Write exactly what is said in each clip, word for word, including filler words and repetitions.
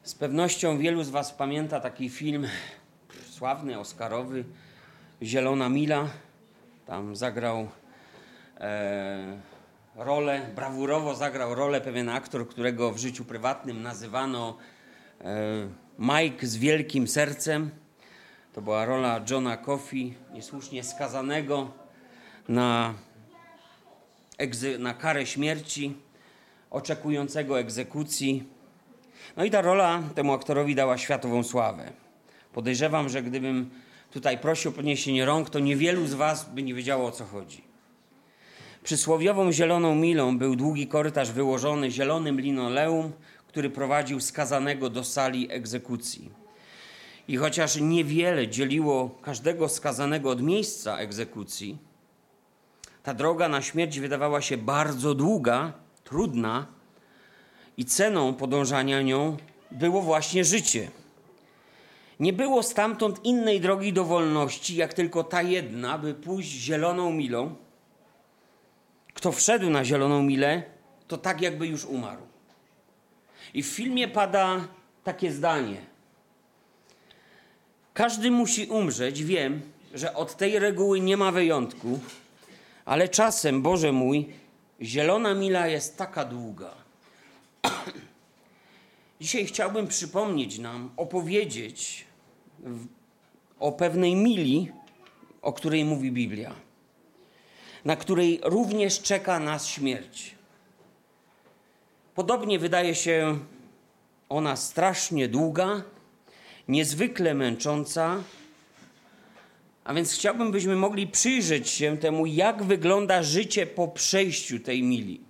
Z pewnością wielu z was pamięta taki film sławny, oscarowy, Zielona Mila. Tam zagrał e, rolę, brawurowo zagrał rolę pewien aktor, którego w życiu prywatnym nazywano e, Mike z wielkim sercem. To była rola Johna Coffey, niesłusznie skazanego na, egze- na karę śmierci, oczekującego egzekucji. No i ta rola temu aktorowi dała światową sławę. Podejrzewam, że gdybym tutaj prosił o podniesienie rąk, to niewielu z was by nie wiedziało, o co chodzi. Przysłowiową zieloną milą był długi korytarz wyłożony zielonym linoleum, który prowadził skazanego do sali egzekucji. I chociaż niewiele dzieliło każdego skazanego od miejsca egzekucji, ta droga na śmierć wydawała się bardzo długa, trudna i ceną podążania nią było właśnie życie. Nie było stamtąd innej drogi do wolności, jak tylko ta jedna, by pójść zieloną milą. Kto wszedł na zieloną milę, to tak jakby już umarł. I w filmie pada takie zdanie. Każdy musi umrzeć, wiem, że od tej reguły nie ma wyjątku, ale czasem, Boże mój, zielona mila jest taka długa. Dzisiaj chciałbym przypomnieć nam, opowiedzieć o pewnej mili, o której mówi Biblia, na której również czeka nas śmierć. Podobnie wydaje się ona strasznie długa, niezwykle męcząca, a więc chciałbym, byśmy mogli przyjrzeć się temu, jak wygląda życie po przejściu tej mili.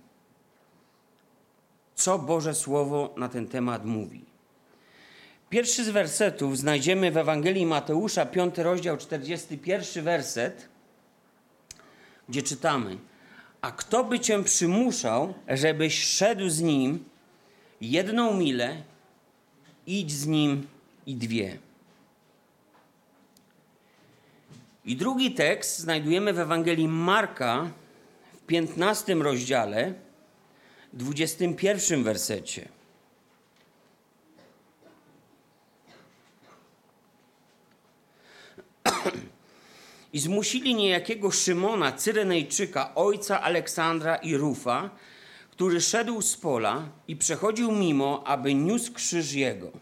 Co Boże Słowo na ten temat mówi. Pierwszy z wersetów znajdziemy w Ewangelii Mateusza, piąty rozdział, czterdziesty pierwszy werset, gdzie czytamy: a kto by cię przymuszał, żebyś szedł z nim jedną milę, idź z nim i dwie. I drugi tekst znajdujemy w Ewangelii Marka w piętnastym rozdziale, dwudziestym pierwszym wersecie. I zmusili niejakiego Szymona, Cyrenejczyka, ojca Aleksandra i Rufa, który szedł z pola i przechodził mimo, aby niósł krzyż jego.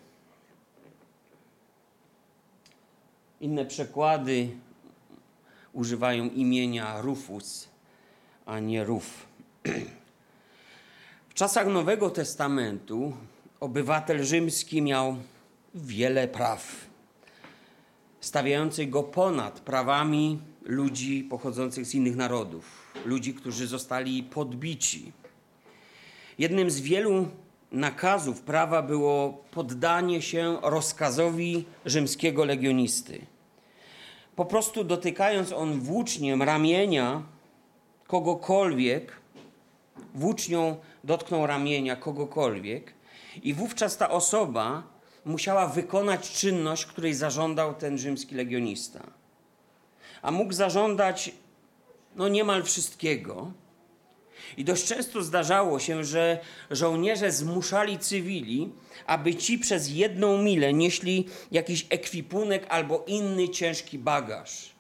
Inne przekłady używają imienia Rufus, a nie Ruf. W czasach Nowego Testamentu obywatel rzymski miał wiele praw, stawiających go ponad prawami ludzi pochodzących z innych narodów, ludzi, którzy zostali podbici. Jednym z wielu nakazów prawa było poddanie się rozkazowi rzymskiego legionisty. Po prostu dotykając on włóczniem ramienia kogokolwiek, włócznią dotknął ramienia kogokolwiek i wówczas ta osoba musiała wykonać czynność, której zażądał ten rzymski legionista. A mógł zażądać no niemal wszystkiego. I dość często zdarzało się, że żołnierze zmuszali cywili, aby ci przez jedną milę nieśli jakiś ekwipunek albo inny ciężki bagaż.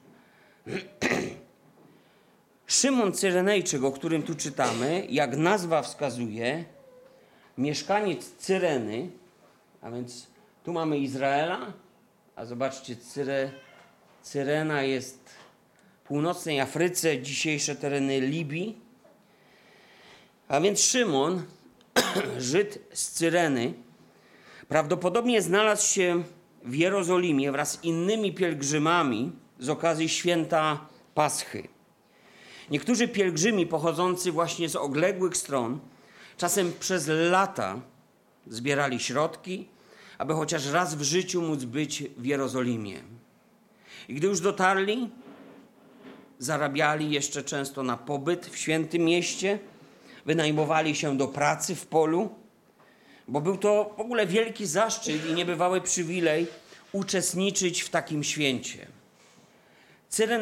Szymon Cyrenejczyk, o którym tu czytamy, jak nazwa wskazuje, mieszkaniec Cyreny, a więc tu mamy Izraela, a zobaczcie, Cyre, Cyrena jest w północnej Afryce, dzisiejsze tereny Libii. A więc Szymon, Żyd z Cyreny, prawdopodobnie znalazł się w Jerozolimie wraz z innymi pielgrzymami z okazji święta Paschy. Niektórzy pielgrzymi pochodzący właśnie z odległych stron czasem przez lata zbierali środki, aby chociaż raz w życiu móc być w Jerozolimie. I gdy już dotarli, zarabiali jeszcze często na pobyt w świętym mieście, wynajmowali się do pracy w polu, bo był to w ogóle wielki zaszczyt i niebywały przywilej uczestniczyć w takim święcie.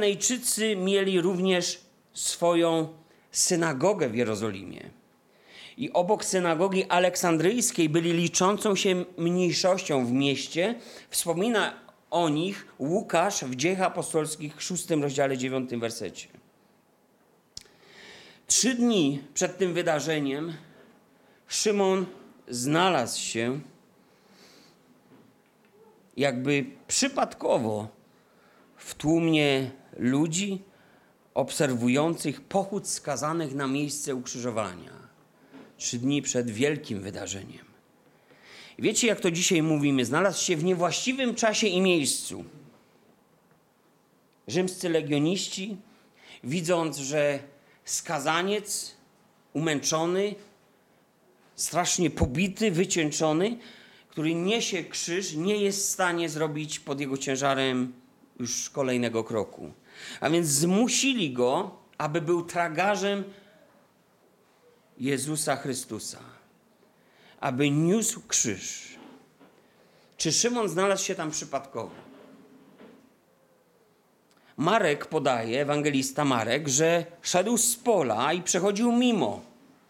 Cyrenejczycy mieli również swoją synagogę w Jerozolimie. i obok synagogi aleksandryjskiej byli liczącą się mniejszością w mieście. Wspomina o nich Łukasz w Dziejach Apostolskich w szóstym rozdziale dziewiątym wersecie. Trzy dni przed tym wydarzeniem Szymon znalazł się jakby przypadkowo w tłumie ludzi obserwujących pochód skazanych na miejsce ukrzyżowania. Trzy dni przed wielkim wydarzeniem. Wiecie, jak to dzisiaj mówimy? Znalazł się w niewłaściwym czasie i miejscu. Rzymscy legioniści, widząc, że skazaniec umęczony, strasznie pobity, wycieńczony, który niesie krzyż, nie jest w stanie zrobić pod jego ciężarem już kolejnego kroku. A więc zmusili go, aby był tragarzem Jezusa Chrystusa. Aby niósł krzyż. Czy Szymon znalazł się tam przypadkowo? Marek podaje, ewangelista Marek, że szedł z pola i przechodził mimo.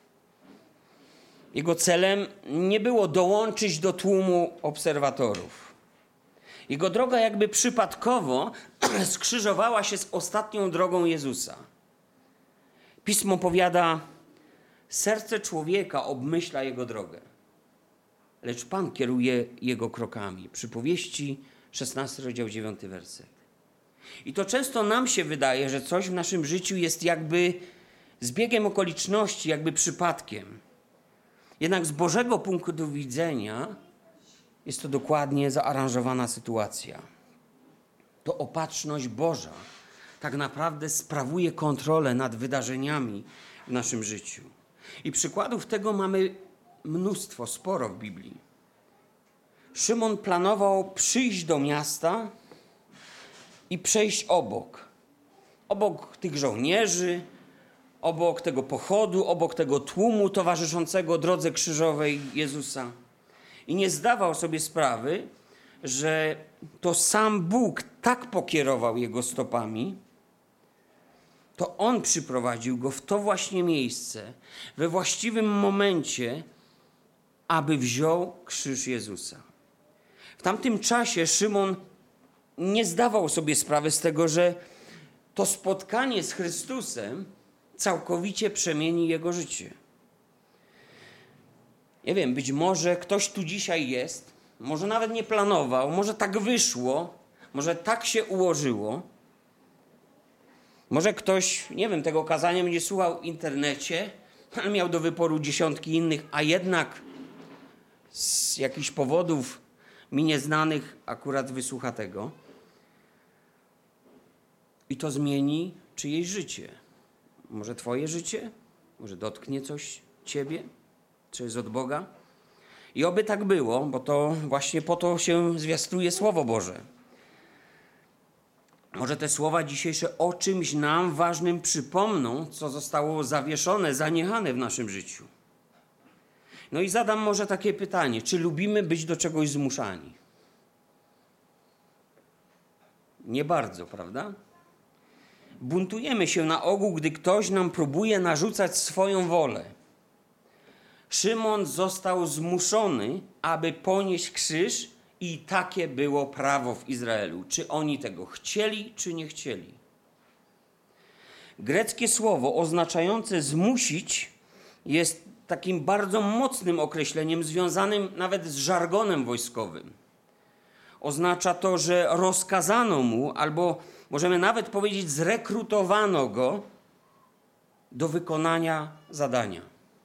Jego celem nie było dołączyć do tłumu obserwatorów. Jego droga jakby przypadkowo skrzyżowała się z ostatnią drogą Jezusa. Pismo powiada, serce człowieka obmyśla jego drogę, lecz Pan kieruje jego krokami. Przypowieści, szesnasty rozdział, dziewiąty werset. I to często nam się wydaje, że coś w naszym życiu jest jakby zbiegiem okoliczności, jakby przypadkiem. Jednak z Bożego punktu widzenia jest to dokładnie zaaranżowana sytuacja. To opatrzność Boża tak naprawdę sprawuje kontrolę nad wydarzeniami w naszym życiu. I przykładów tego mamy mnóstwo, sporo w Biblii. Szymon planował przyjść do miasta i przejść obok. Obok tych żołnierzy, obok tego pochodu, obok tego tłumu towarzyszącego drodze krzyżowej Jezusa. I nie zdawał sobie sprawy, że to sam Bóg tak pokierował jego stopami, to On przyprowadził go w to właśnie miejsce, we właściwym momencie, aby wziął krzyż Jezusa. W tamtym czasie Szymon nie zdawał sobie sprawy z tego, że to spotkanie z Chrystusem całkowicie przemieni jego życie. Nie wiem, być może ktoś tu dzisiaj jest, może nawet nie planował, może tak wyszło, może tak się ułożyło. Może ktoś, nie wiem, tego kazania będzie słuchał w internecie, ale miał do wyboru dziesiątki innych, a jednak z jakichś powodów mi nieznanych akurat wysłucha tego. I to zmieni czyjeś życie. Może twoje życie? Może dotknie coś ciebie? Czy jest od Boga? I oby tak było, bo to właśnie po to się zwiastuje Słowo Boże. Może te słowa dzisiejsze o czymś nam ważnym przypomną, co zostało zawieszone, zaniechane w naszym życiu. No i zadam może takie pytanie, czy lubimy być do czegoś zmuszani? Nie bardzo, prawda? Buntujemy się na ogół, gdy ktoś nam próbuje narzucać swoją wolę. Szymon został zmuszony, aby ponieść krzyż i takie było prawo w Izraelu. Czy oni tego chcieli, czy nie chcieli. Greckie słowo oznaczające zmusić jest takim bardzo mocnym określeniem związanym nawet z żargonem wojskowym. Oznacza to, że rozkazano mu, albo możemy nawet powiedzieć zrekrutowano go do wykonania zadania.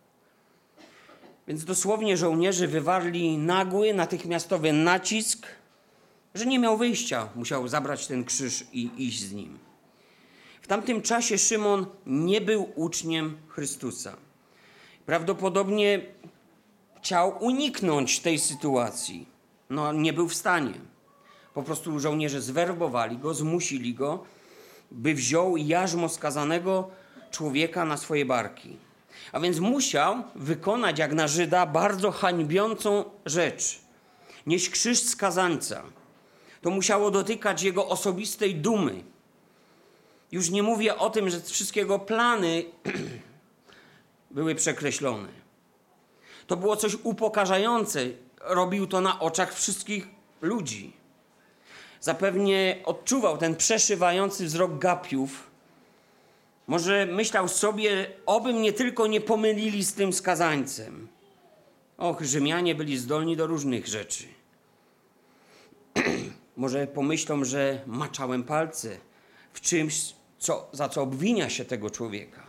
Więc dosłownie żołnierze wywarli nagły, natychmiastowy nacisk, że nie miał wyjścia, musiał zabrać ten krzyż i iść z nim. W tamtym czasie Szymon nie był uczniem Chrystusa. Prawdopodobnie chciał uniknąć tej sytuacji. No, nie był w stanie. Po prostu żołnierze zwerbowali go, zmusili go, by wziął jarzmo skazanego człowieka na swoje barki. A więc musiał wykonać, jak na Żyda, bardzo hańbiącą rzecz. Nieść krzyż skazańca. To musiało dotykać jego osobistej dumy. Już nie mówię o tym, że wszystkie jego plany były przekreślone. To było coś upokarzające. Robił to na oczach wszystkich ludzi. Zapewne odczuwał ten przeszywający wzrok gapiów. Może myślał sobie, oby mnie tylko nie pomylili z tym skazańcem. Och, Rzymianie byli zdolni do różnych rzeczy. Może pomyślą, że maczałem palce w czymś, co, za co obwinia się tego człowieka.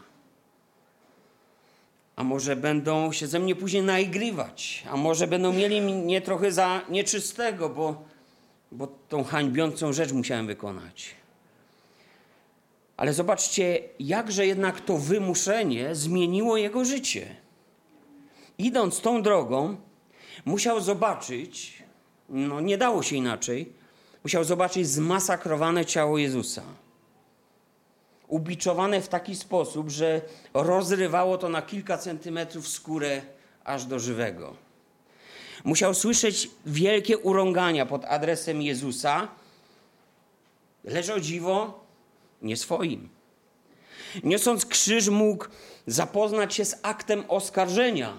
A może będą się ze mnie później naigrywać, a może będą mieli mnie trochę za nieczystego, bo, bo tą hańbiącą rzecz musiałem wykonać. Ale zobaczcie, jakże jednak to wymuszenie zmieniło jego życie. Idąc tą drogą, musiał zobaczyć, no nie dało się inaczej, musiał zobaczyć zmasakrowane ciało Jezusa. Ubiczowane w taki sposób, że rozrywało to na kilka centymetrów skórę aż do żywego. Musiał słyszeć wielkie urągania pod adresem Jezusa, lecz o dziwo nie swoim. Niosąc krzyż mógł zapoznać się z aktem oskarżenia,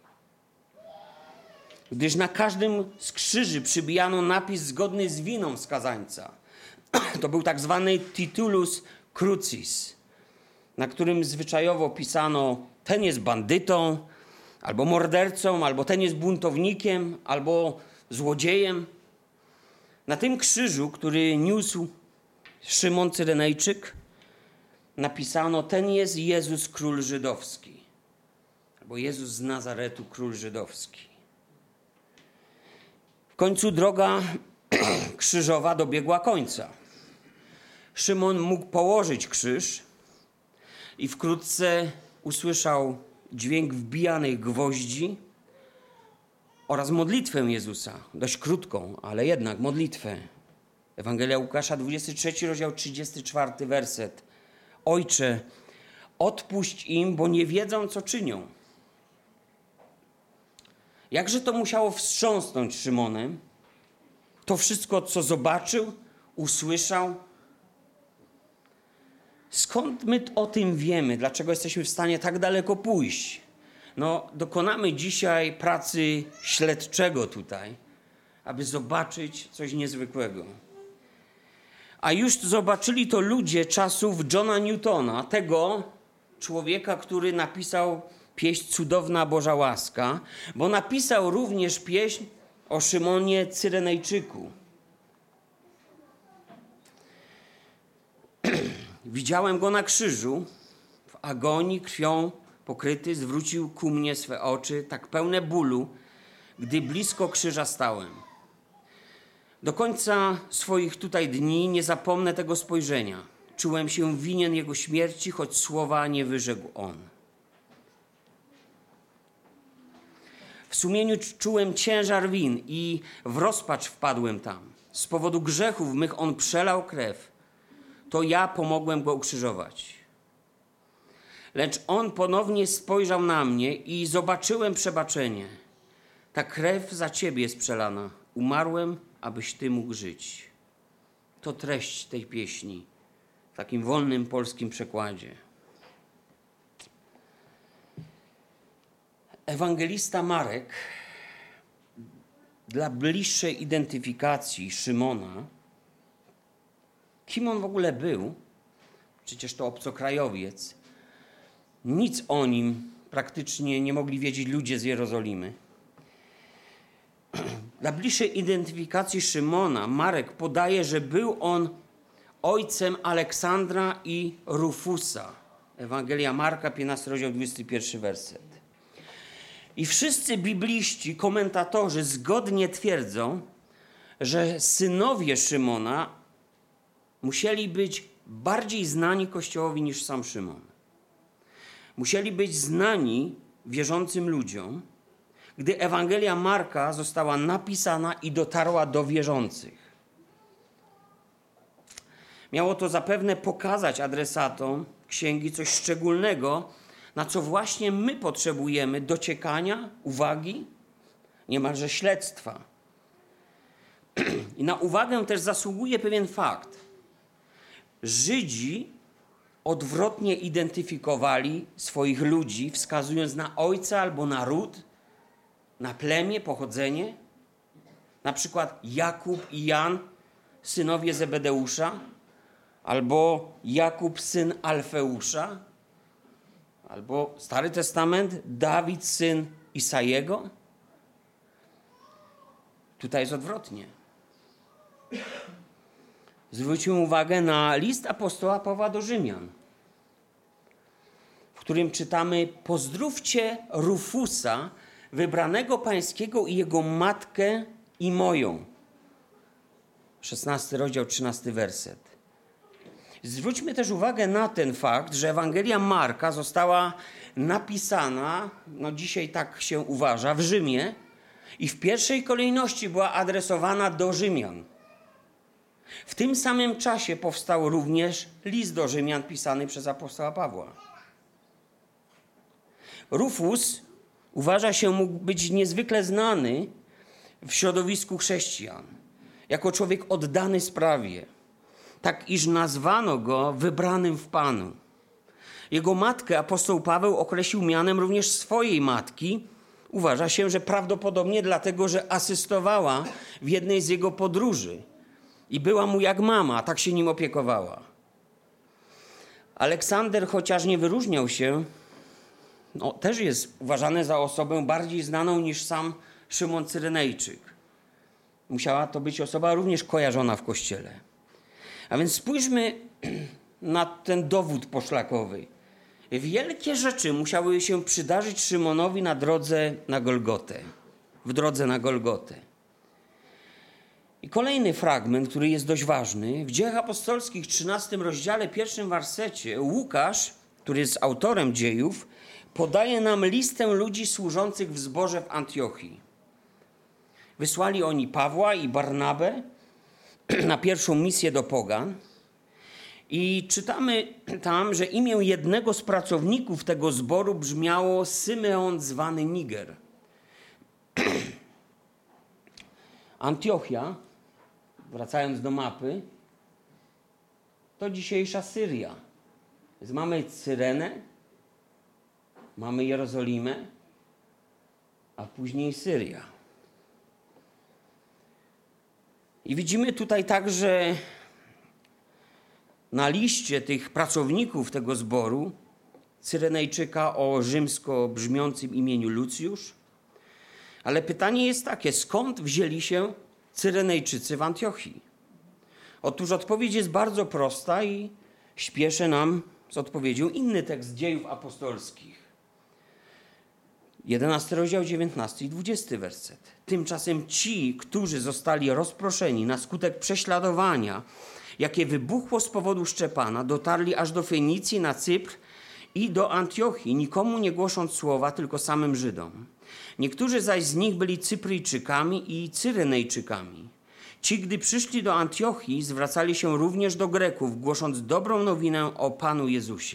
gdyż na każdym z krzyży przybijano napis zgodny z winą skazańca. To był tak zwany titulus crucis, na którym zwyczajowo pisano: ten jest bandytą, albo mordercą, albo ten jest buntownikiem, albo złodziejem. Na tym krzyżu, który niósł Szymon Cyrenejczyk, napisano: ten jest Jezus król żydowski, albo Jezus z Nazaretu król żydowski. W końcu droga krzyżowa dobiegła końca. Szymon mógł położyć krzyż i wkrótce usłyszał dźwięk wbijanych gwoździ oraz modlitwę Jezusa, dość krótką, ale jednak modlitwę. Ewangelia Łukasza, dwudziesty trzeci rozdział, trzydziesty czwarty werset. Ojcze, odpuść im, bo nie wiedzą, co czynią. Jakże to musiało wstrząsnąć Szymonem? To wszystko, co zobaczył, usłyszał. Skąd my o tym wiemy? Dlaczego jesteśmy w stanie tak daleko pójść? No, dokonamy dzisiaj pracy śledczego tutaj, aby zobaczyć coś niezwykłego. A już zobaczyli to ludzie czasów Johna Newtona, tego człowieka, który napisał pieśń Cudowna Boża Łaska, bo napisał również pieśń o Szymonie Cyrenejczyku. Widziałem go na krzyżu, w agonii, krwią pokryty, zwrócił ku mnie swe oczy, tak pełne bólu, gdy blisko krzyża stałem. Do końca swoich tutaj dni nie zapomnę tego spojrzenia. Czułem się winien jego śmierci, choć słowa nie wyrzekł on. W sumieniu czułem ciężar win i w rozpacz wpadłem tam. Z powodu grzechów mych on przelał krew. To ja pomogłem go ukrzyżować. Lecz on ponownie spojrzał na mnie i zobaczyłem przebaczenie. Ta krew za ciebie jest przelana. Umarłem, abyś ty mógł żyć. To treść tej pieśni w takim wolnym polskim przekładzie. Ewangelista Marek dla bliższej identyfikacji Szymona, kim on w ogóle był, przecież to obcokrajowiec, nic o nim praktycznie nie mogli wiedzieć ludzie z Jerozolimy. Dla bliższej identyfikacji Szymona Marek podaje, że był on ojcem Aleksandra i Rufusa. Ewangelia Marka, piętnasty rozdział, dwudziesty pierwszy werset. I wszyscy bibliści, komentatorzy zgodnie twierdzą, że synowie Szymona musieli być bardziej znani Kościołowi niż sam Szymon. Musieli być znani wierzącym ludziom, gdy Ewangelia Marka została napisana i dotarła do wierzących. Miało to zapewne pokazać adresatom księgi coś szczególnego, na co właśnie my potrzebujemy dociekania, uwagi, niemalże śledztwa. I na uwagę też zasługuje pewien fakt. Żydzi odwrotnie identyfikowali swoich ludzi, wskazując na ojca albo na ród, na plemię, pochodzenie. Na przykład Jakub i Jan, synowie Zebedeusza, albo Jakub, syn Alfeusza, albo Stary Testament, Dawid, syn Isajego. Tutaj jest odwrotnie. Zwróćmy uwagę na list apostoła Pawła do Rzymian, w którym czytamy: pozdrówcie Rufusa, wybranego pańskiego, i jego matkę i moją. szesnasty rozdział, trzynasty werset. Zwróćmy też uwagę na ten fakt, że Ewangelia Marka została napisana, no dzisiaj tak się uważa, w Rzymie i w pierwszej kolejności była adresowana do Rzymian. W tym samym czasie powstał również list do Rzymian pisany przez apostoła Pawła. Rufus uważa się mógł być niezwykle znany w środowisku chrześcijan, jako człowiek oddany sprawie, tak iż nazwano go wybranym w Panu. Jego matkę apostoł Paweł określił mianem również swojej matki. Uważa się, że prawdopodobnie dlatego, że asystowała w jednej z jego podróży i była mu jak mama, a tak się nim opiekowała. Aleksander, chociaż nie wyróżniał się, no, też jest uważany za osobę bardziej znaną niż sam Szymon Cyrenejczyk. Musiała to być osoba również kojarzona w Kościele. A więc spójrzmy na ten dowód poszlakowy. Wielkie rzeczy musiały się przydarzyć Szymonowi na drodze na Golgotę. W drodze na Golgotę. I kolejny fragment, który jest dość ważny. W Dziejach Apostolskich, trzynastym rozdziale, pierwszym wersecie, Łukasz, który jest autorem dziejów, podaje nam listę ludzi służących w zborze w Antiochii. Wysłali oni Pawła i Barnabę na pierwszą misję do pogan. I czytamy tam, że imię jednego z pracowników tego zboru brzmiało Symeon, zwany Niger. Antiochia, wracając do mapy, to dzisiejsza Syria. Więc mamy Cyrenę, mamy Jerozolimę, a później Syria. I widzimy tutaj także na liście tych pracowników tego zboru Cyrenejczyka o rzymsko brzmiącym imieniu Lucjusz. Ale pytanie jest takie, skąd wzięli się Cyrenejczycy w Antiochii? Otóż odpowiedź jest bardzo prosta i śpieszy nam z odpowiedzią inny tekst Dziejów Apostolskich. jedenasty rozdział, dziewiętnasty i dwudziesty werset. Tymczasem ci, którzy zostali rozproszeni na skutek prześladowania, jakie wybuchło z powodu Szczepana, dotarli aż do Fenicji, na Cypr i do Antiochii, nikomu nie głosząc słowa, tylko samym Żydom. Niektórzy zaś z nich byli Cypryjczykami i Cyrenejczykami. Ci, gdy przyszli do Antiochii, zwracali się również do Greków, głosząc dobrą nowinę o Panu Jezusie.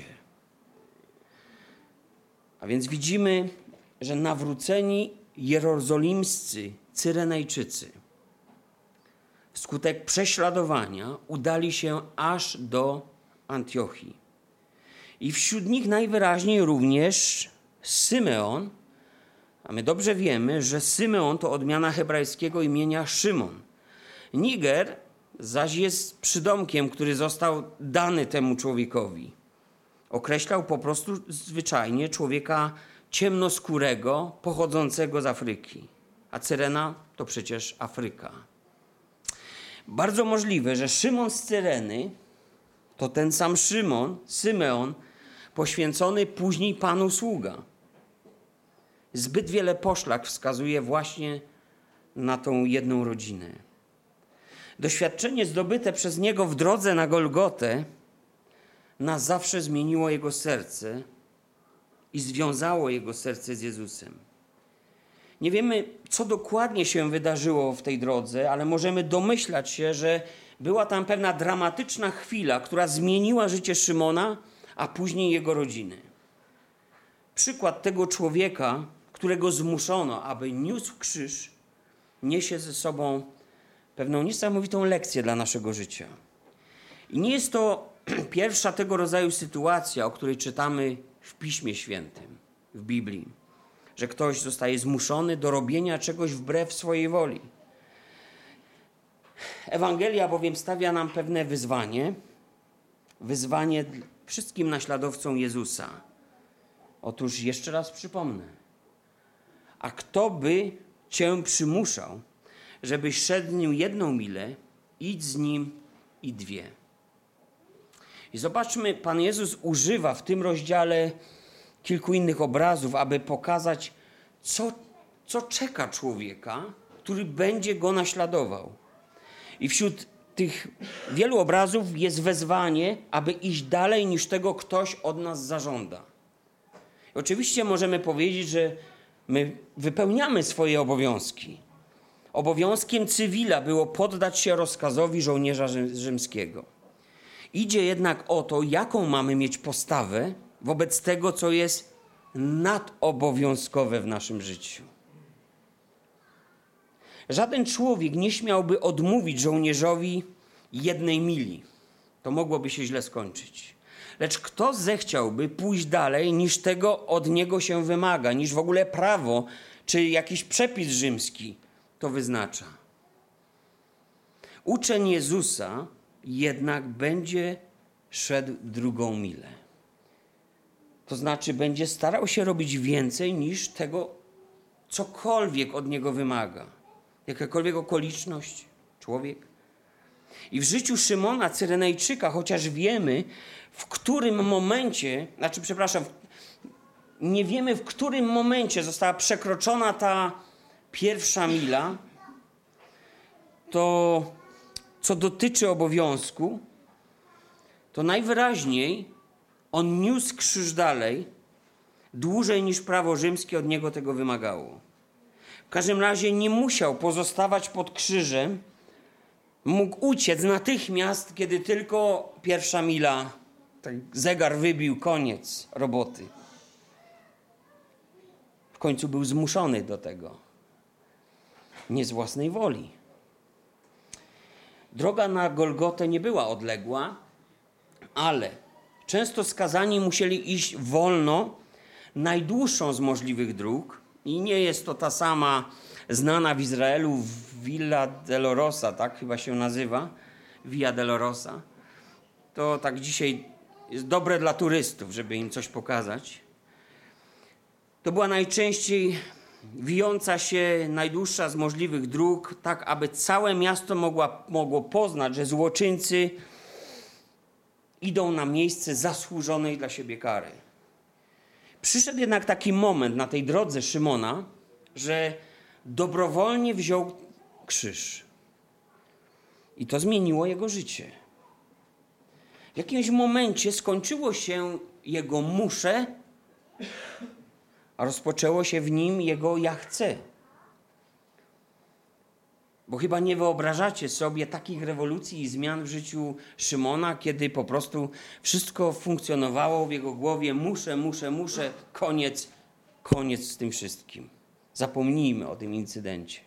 A więc widzimy, że nawróceni jerozolimscy Cyrenejczycy wskutek prześladowania udali się aż do Antiochii. I wśród nich najwyraźniej również Symeon, a my dobrze wiemy, że Symeon to odmiana hebrajskiego imienia Szymon. Niger zaś jest przydomkiem, który został dany temu człowiekowi. Określał po prostu zwyczajnie człowieka ciemnoskórego, pochodzącego z Afryki. A Cyrena to przecież Afryka. Bardzo możliwe, że Szymon z Cyreny to ten sam Szymon, Symeon, poświęcony później Panu sługa. Zbyt wiele poszlak wskazuje właśnie na tą jedną rodzinę. Doświadczenie zdobyte przez niego w drodze na Golgotę na zawsze zmieniło jego serce i związało jego serce z Jezusem. Nie wiemy, co dokładnie się wydarzyło w tej drodze, ale możemy domyślać się, że była tam pewna dramatyczna chwila, która zmieniła życie Szymona, a później jego rodziny. Przykład tego człowieka, którego zmuszono, aby niósł krzyż, niesie ze sobą pewną niesamowitą lekcję dla naszego życia. I nie jest to pierwsza tego rodzaju sytuacja, o której czytamy w Piśmie Świętym, w Biblii. że ktoś zostaje zmuszony do robienia czegoś wbrew swojej woli. Ewangelia bowiem stawia nam pewne wyzwanie, wyzwanie wszystkim naśladowcom Jezusa. Otóż jeszcze raz przypomnę, a kto by cię przymuszał, żebyś szedł z nim jedną milę, idź z nim i dwie. I zobaczmy, Pan Jezus używa w tym rozdziale kilku innych obrazów, aby pokazać, co, co czeka człowieka, który będzie go naśladował. I wśród tych wielu obrazów jest wezwanie, aby iść dalej niż tego ktoś od nas zażąda. I oczywiście możemy powiedzieć, że my wypełniamy swoje obowiązki. Obowiązkiem cywila było poddać się rozkazowi żołnierza rzymskiego. Idzie jednak o to, jaką mamy mieć postawę wobec tego, co jest nadobowiązkowe w naszym życiu. Żaden człowiek nie śmiałby odmówić żołnierzowi jednej mili. To mogłoby się źle skończyć. Lecz kto zechciałby pójść dalej, niż tego od niego się wymaga, niż w ogóle prawo czy jakiś przepis rzymski to wyznacza? Uczeń Jezusa jednak będzie szedł drugą milę. To znaczy będzie starał się robić więcej niż tego, cokolwiek od niego wymaga. Jakakolwiek okoliczność, człowiek. I w życiu Szymona Cyrenejczyka, chociaż wiemy, w którym momencie, znaczy przepraszam, nie wiemy, w którym momencie została przekroczona ta pierwsza mila, to co dotyczy obowiązku, to najwyraźniej on niósł krzyż dalej, dłużej niż prawo rzymskie od niego tego wymagało. W każdym razie nie musiał pozostawać pod krzyżem, mógł uciec natychmiast, kiedy tylko pierwsza mila, tak zegar wybił, koniec roboty. W końcu był zmuszony do tego. Nie z własnej woli. Droga na Golgotę nie była odległa, ale często skazani musieli iść wolno, najdłuższą z możliwych dróg. I nie jest to ta sama znana w Izraelu Via Dolorosa, tak chyba się nazywa, Via Dolorosa. To tak dzisiaj jest dobre dla turystów, żeby im coś pokazać. To była najczęściej wijąca się najdłuższa z możliwych dróg, tak aby całe miasto mogła, mogło poznać, że złoczyńcy idą na miejsce zasłużonej dla siebie kary. Przyszedł jednak taki moment na tej drodze Szymona, że dobrowolnie wziął krzyż. I to zmieniło jego życie. W jakimś momencie skończyło się jego muszę, a rozpoczęło się w nim jego ja chcę. Bo chyba nie wyobrażacie sobie takich rewolucji i zmian w życiu Szymona, kiedy po prostu wszystko funkcjonowało w jego głowie. Muszę, muszę, muszę, koniec, koniec z tym wszystkim. Zapomnijmy o tym incydencie.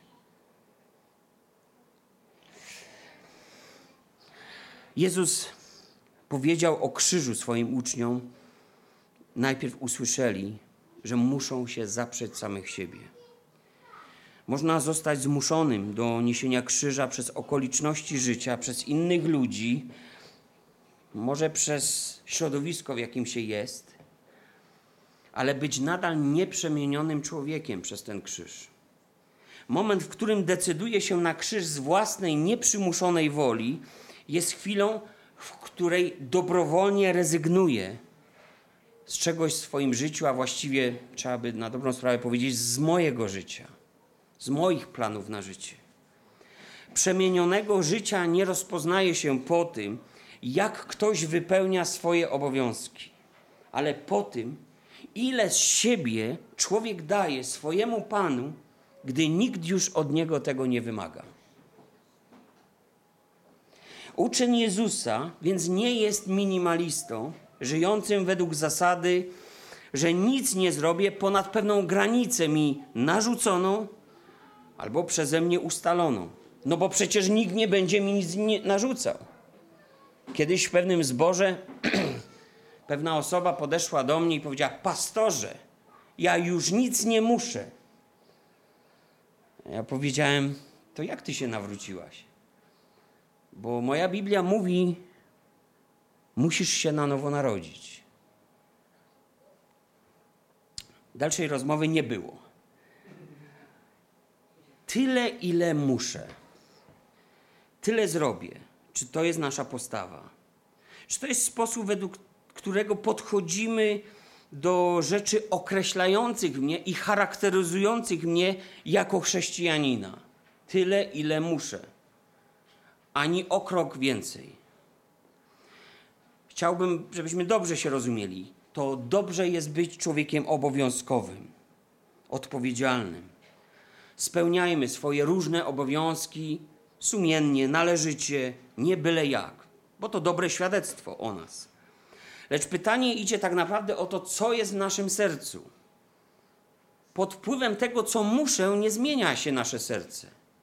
Jezus powiedział o krzyżu swoim uczniom. Najpierw usłyszeli, że muszą się zaprzeć samych siebie. Można zostać zmuszonym do niesienia krzyża przez okoliczności życia, przez innych ludzi, może przez środowisko, w jakim się jest, ale być nadal nieprzemienionym człowiekiem przez ten krzyż. Moment, w którym decyduje się na krzyż z własnej, nieprzymuszonej woli, jest chwilą, w której dobrowolnie rezygnuje z czegoś w swoim życiu, a właściwie trzeba by na dobrą sprawę powiedzieć z mojego życia. Z moich planów na życie. Przemienionego życia nie rozpoznaje się po tym, jak ktoś wypełnia swoje obowiązki, ale po tym, ile z siebie człowiek daje swojemu Panu, gdy nikt już od niego tego nie wymaga. Uczeń Jezusa więc nie jest minimalistą, żyjącym według zasady, że nic nie zrobię ponad pewną granicę mi narzuconą, albo przeze mnie ustaloną. No bo przecież nikt nie będzie mi nic nie narzucał. Kiedyś w pewnym zborze pewna osoba podeszła do mnie i powiedziała: pastorze, ja już nic nie muszę. Ja powiedziałem, to jak ty się nawróciłaś? Bo moja Biblia mówi, musisz się na nowo narodzić. Dalszej rozmowy nie było. Tyle, ile muszę. Tyle zrobię. Czy to jest nasza postawa? Czy to jest sposób, według którego podchodzimy do rzeczy określających mnie i charakteryzujących mnie jako chrześcijanina? Tyle, ile muszę. Ani o krok więcej. Chciałbym, żebyśmy dobrze się rozumieli. To dobrze jest być człowiekiem obowiązkowym, odpowiedzialnym. Spełniajmy swoje różne obowiązki sumiennie, należycie, nie byle jak, bo to dobre świadectwo o nas. Lecz pytanie idzie tak naprawdę o to, co jest w naszym sercu. Pod wpływem tego, co muszę, nie zmienia się nasze serce.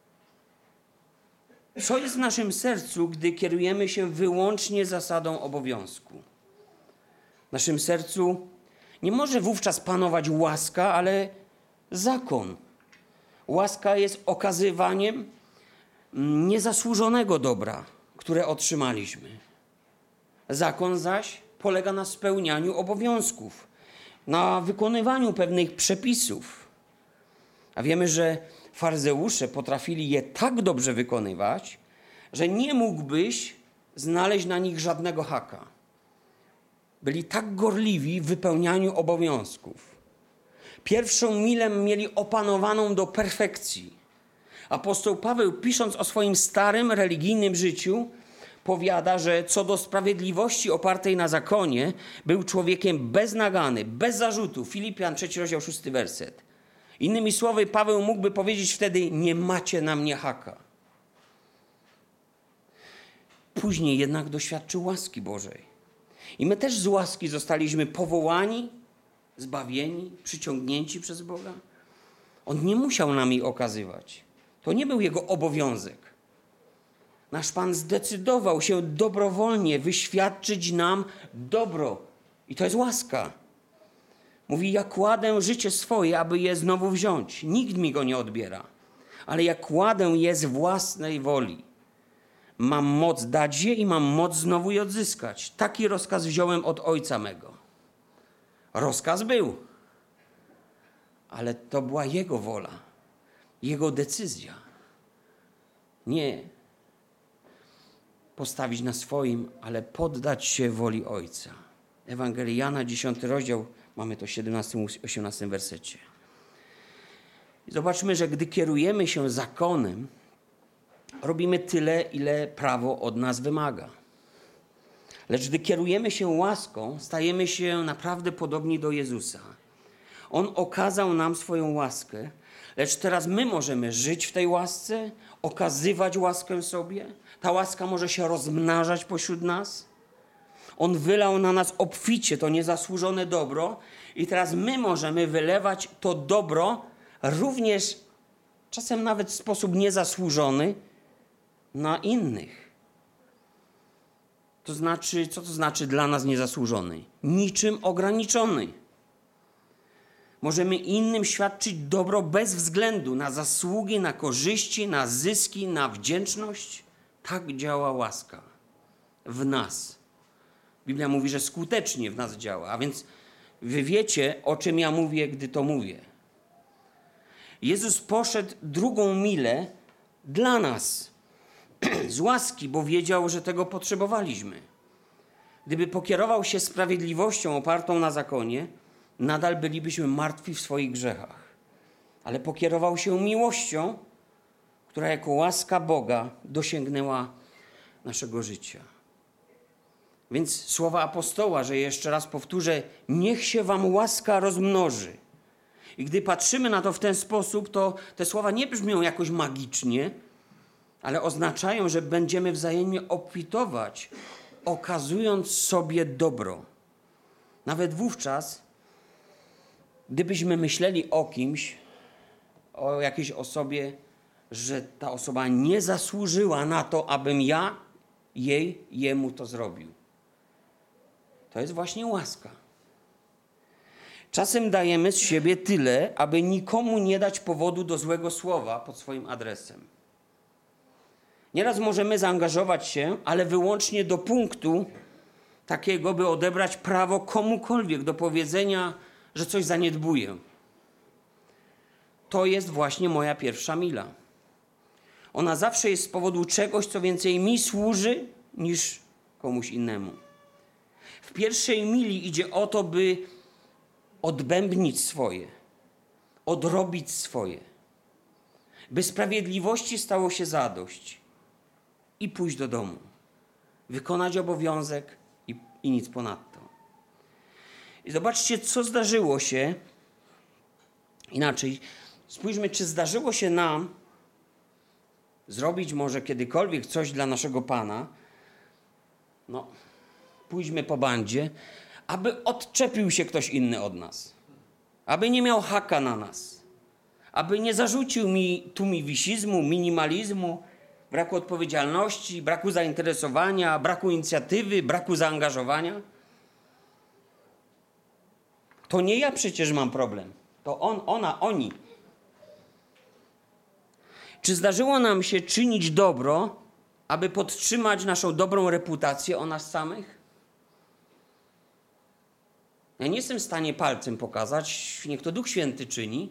Co jest w naszym sercu, gdy kierujemy się wyłącznie zasadą obowiązku? W naszym sercu nie może wówczas panować łaska, ale zakon. Łaska jest okazywaniem niezasłużonego dobra, które otrzymaliśmy. Zakon zaś polega na spełnianiu obowiązków, na wykonywaniu pewnych przepisów. A wiemy, że faryzeusze potrafili je tak dobrze wykonywać, że nie mógłbyś znaleźć na nich żadnego haka. Byli tak gorliwi w wypełnianiu obowiązków. Pierwszą milę mieli opanowaną do perfekcji. Apostoł Paweł, pisząc o swoim starym religijnym życiu, powiada, że co do sprawiedliwości opartej na zakonie, był człowiekiem beznagany, bez zarzutu. Filipian, trzeci rozdział, szósty werset. Innymi słowy, Paweł mógłby powiedzieć wtedy, nie macie na mnie haka. Później jednak doświadczył łaski Bożej. I my też z łaski zostaliśmy powołani, zbawieni, przyciągnięci przez Boga. On nie musiał nam jej okazywać. To nie był jego obowiązek. Nasz Pan zdecydował się dobrowolnie wyświadczyć nam dobro. I to jest łaska. Mówi, ja kładę życie swoje, aby je znowu wziąć. Nikt mi go nie odbiera. Ale ja kładę je z własnej woli. Mam moc dać je i mam moc znowu je odzyskać. Taki rozkaz wziąłem od Ojca mego. Rozkaz był. Ale to była Jego wola. Jego decyzja. Nie postawić na swoim, ale poddać się woli Ojca. Ewangelii Jana, dziesiąty rozdział, mamy to w siedemnastym, osiemnastym wersecie. I zobaczmy, że gdy kierujemy się zakonem, robimy tyle, ile prawo od nas wymaga. Lecz gdy kierujemy się łaską, stajemy się naprawdę podobni do Jezusa. On okazał nam swoją łaskę, lecz teraz my możemy żyć w tej łasce, okazywać łaskę sobie. Ta łaska może się rozmnażać pośród nas. On wylał na nas obficie to niezasłużone dobro i teraz my możemy wylewać to dobro również, czasem nawet w sposób niezasłużony, na innych. To znaczy, co to znaczy dla nas niezasłużony? Niczym ograniczony. Możemy innym świadczyć dobro bez względu na zasługi, na korzyści, na zyski, na wdzięczność. Tak działa łaska w nas. Biblia mówi, że skutecznie w nas działa, a więc wy wiecie, o czym ja mówię, gdy to mówię. Jezus poszedł drugą milę dla nas z łaski, bo wiedział, że tego potrzebowaliśmy. Gdyby pokierował się sprawiedliwością opartą na zakonie, nadal bylibyśmy martwi w swoich grzechach. Ale pokierował się miłością, która jako łaska Boga dosięgnęła naszego życia. Więc słowa apostoła, że jeszcze raz powtórzę, niech się wam łaska rozmnoży. I gdy patrzymy na to w ten sposób, to te słowa nie brzmią jakoś magicznie, ale oznaczają, że będziemy wzajemnie obfitować, okazując sobie dobro. Nawet wówczas, gdybyśmy myśleli o kimś, o jakiejś osobie, że ta osoba nie zasłużyła na to, abym ja jej, jemu to zrobił. To jest właśnie łaska. Czasem dajemy z siebie tyle, aby nikomu nie dać powodu do złego słowa pod swoim adresem. Nieraz możemy zaangażować się, ale wyłącznie do punktu takiego, by odebrać prawo komukolwiek do powiedzenia, że coś zaniedbuję. To jest właśnie moja pierwsza mila. Ona zawsze jest z powodu czegoś, co więcej mi służy niż komuś innemu. W pierwszej mili idzie o to, by odbębnić swoje, odrobić swoje, by sprawiedliwości stało się zadość i pójść do domu, wykonać obowiązek i, i nic ponadto. I zobaczcie, co zdarzyło się, inaczej, spójrzmy, czy zdarzyło się nam zrobić może kiedykolwiek coś dla naszego Pana, no, pójdźmy po bandzie, aby odczepił się ktoś inny od nas, aby nie miał haka na nas, aby nie zarzucił mi tumiwisizmu, minimalizmu, braku odpowiedzialności, braku zainteresowania, braku inicjatywy, braku zaangażowania. To nie ja przecież mam problem, to on, ona, oni. Czy zdarzyło nam się czynić dobro, aby podtrzymać naszą dobrą reputację o nas samych? Ja nie jestem w stanie palcem pokazać, niech to Duch Święty czyni.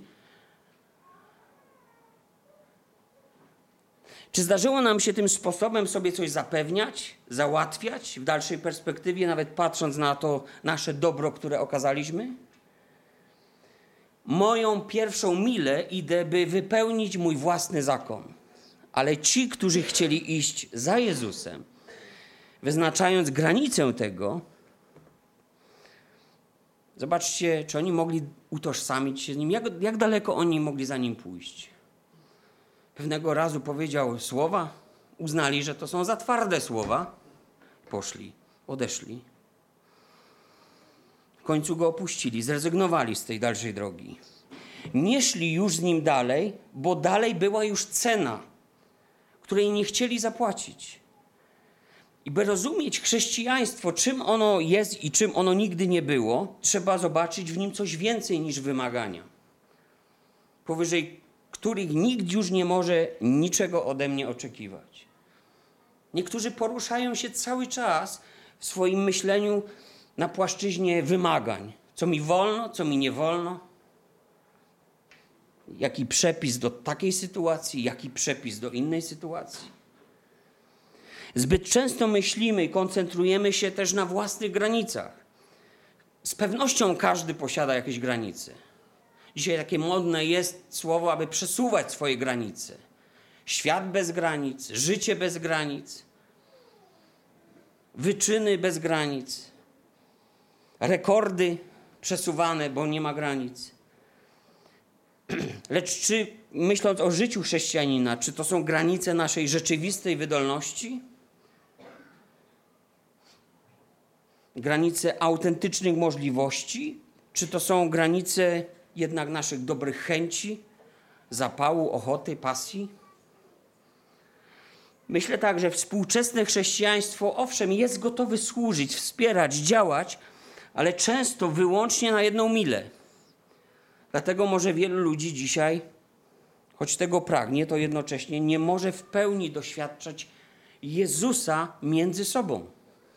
Czy zdarzyło nam się tym sposobem sobie coś zapewniać, załatwiać w dalszej perspektywie, nawet patrząc na to nasze dobro, które okazaliśmy? Moją pierwszą milę idę, by wypełnić mój własny zakon. Ale ci, którzy chcieli iść za Jezusem, wyznaczając granicę tego, zobaczcie, czy oni mogli utożsamić się z nim, jak, jak daleko oni mogli za nim pójść. Pewnego razu powiedział słowa, uznali, że to są za twarde słowa, poszli, odeszli. W końcu go opuścili, zrezygnowali z tej dalszej drogi. Nie szli już z nim dalej, bo dalej była już cena, której nie chcieli zapłacić. I by rozumieć chrześcijaństwo, czym ono jest i czym ono nigdy nie było, trzeba zobaczyć w nim coś więcej niż wymagania, powyżej których nikt już nie może niczego ode mnie oczekiwać. Niektórzy poruszają się cały czas w swoim myśleniu na płaszczyźnie wymagań. Co mi wolno, co mi nie wolno. Jaki przepis do takiej sytuacji, jaki przepis do innej sytuacji. Zbyt często myślimy i koncentrujemy się też na własnych granicach. Z pewnością każdy posiada jakieś granice. Dzisiaj takie modne jest słowo, aby przesuwać swoje granice. Świat bez granic, życie bez granic, wyczyny bez granic, rekordy przesuwane, bo nie ma granic. Lecz czy, myśląc o życiu chrześcijanina, czy to są granice naszej rzeczywistej wydolności? Granice autentycznych możliwości? Czy to są granice jednak naszych dobrych chęci, zapału, ochoty, pasji? Myślę tak, że współczesne chrześcijaństwo owszem jest gotowe służyć, wspierać, działać, ale często wyłącznie na jedną milę. Dlatego może wielu ludzi dzisiaj, choć tego pragnie, to jednocześnie nie może w pełni doświadczać Jezusa między sobą.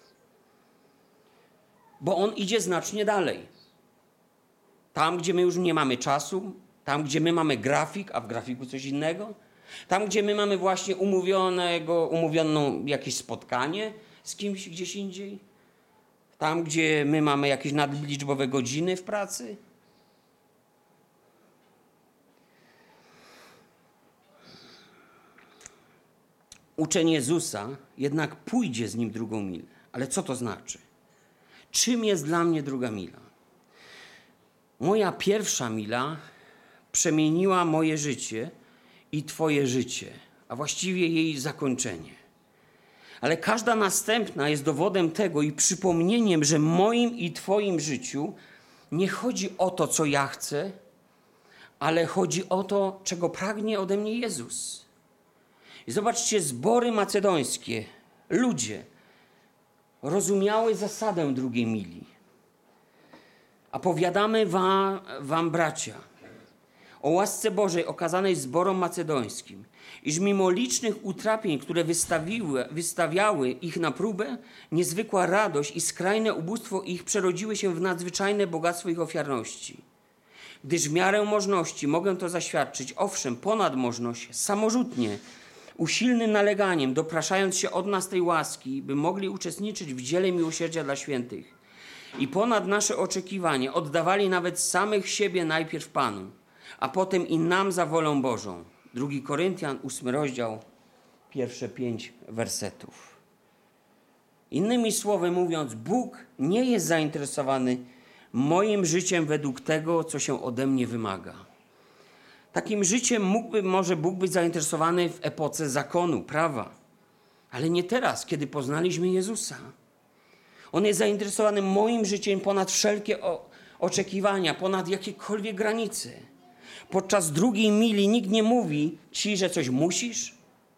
Bo On idzie znacznie dalej. Tam, gdzie my już nie mamy czasu, tam, gdzie my mamy grafik, a w grafiku coś innego, tam, gdzie my mamy właśnie umówionego, umówioną jakieś spotkanie z kimś gdzieś indziej, tam, gdzie my mamy jakieś nadliczbowe godziny w pracy. Uczeń Jezusa jednak pójdzie z Nim drugą milę. Ale co to znaczy? Czym jest dla mnie druga mila? Moja pierwsza mila przemieniła moje życie i Twoje życie, a właściwie jej zakończenie. Ale każda następna jest dowodem tego i przypomnieniem, że w moim i Twoim życiu nie chodzi o to, co ja chcę, ale chodzi o to, czego pragnie ode mnie Jezus. I zobaczcie, zbory macedońskie, ludzie rozumiały zasadę drugiej mili. A powiadamy wam, wam, bracia, o łasce Bożej okazanej zborom macedońskim, iż mimo licznych utrapień, które wystawiły, wystawiały ich na próbę, niezwykła radość i skrajne ubóstwo ich przerodziły się w nadzwyczajne bogactwo ich ofiarności. Gdyż w miarę możności mogę to zaświadczyć, owszem, ponad możność, samorzutnie, usilnym naleganiem, dopraszając się od nas tej łaski, by mogli uczestniczyć w dziele miłosierdzia dla świętych. I ponad nasze oczekiwanie oddawali nawet samych siebie najpierw Panu, a potem i nam za wolą Bożą. Drugi Koryntian, ósmy rozdział, pierwsze pięć wersetów. Innymi słowy mówiąc, Bóg nie jest zainteresowany moim życiem według tego, co się ode mnie wymaga. Takim życiem mógłby może Bóg być zainteresowany w epoce zakonu, prawa, ale nie teraz, kiedy poznaliśmy Jezusa. On jest zainteresowany moim życiem ponad wszelkie o- oczekiwania, ponad jakiekolwiek granice. Podczas drugiej mili nikt nie mówi ci, że coś musisz,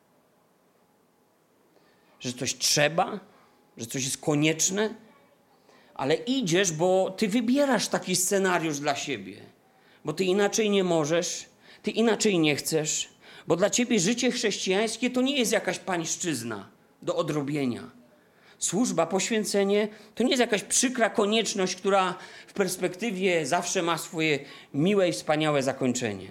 że coś trzeba, że coś jest konieczne, ale idziesz, bo ty wybierasz taki scenariusz dla siebie, bo ty inaczej nie możesz, ty inaczej nie chcesz, bo dla ciebie życie chrześcijańskie to nie jest jakaś pańszczyzna do odrobienia. Służba, poświęcenie to nie jest jakaś przykra konieczność, która w perspektywie zawsze ma swoje miłe i wspaniałe zakończenie.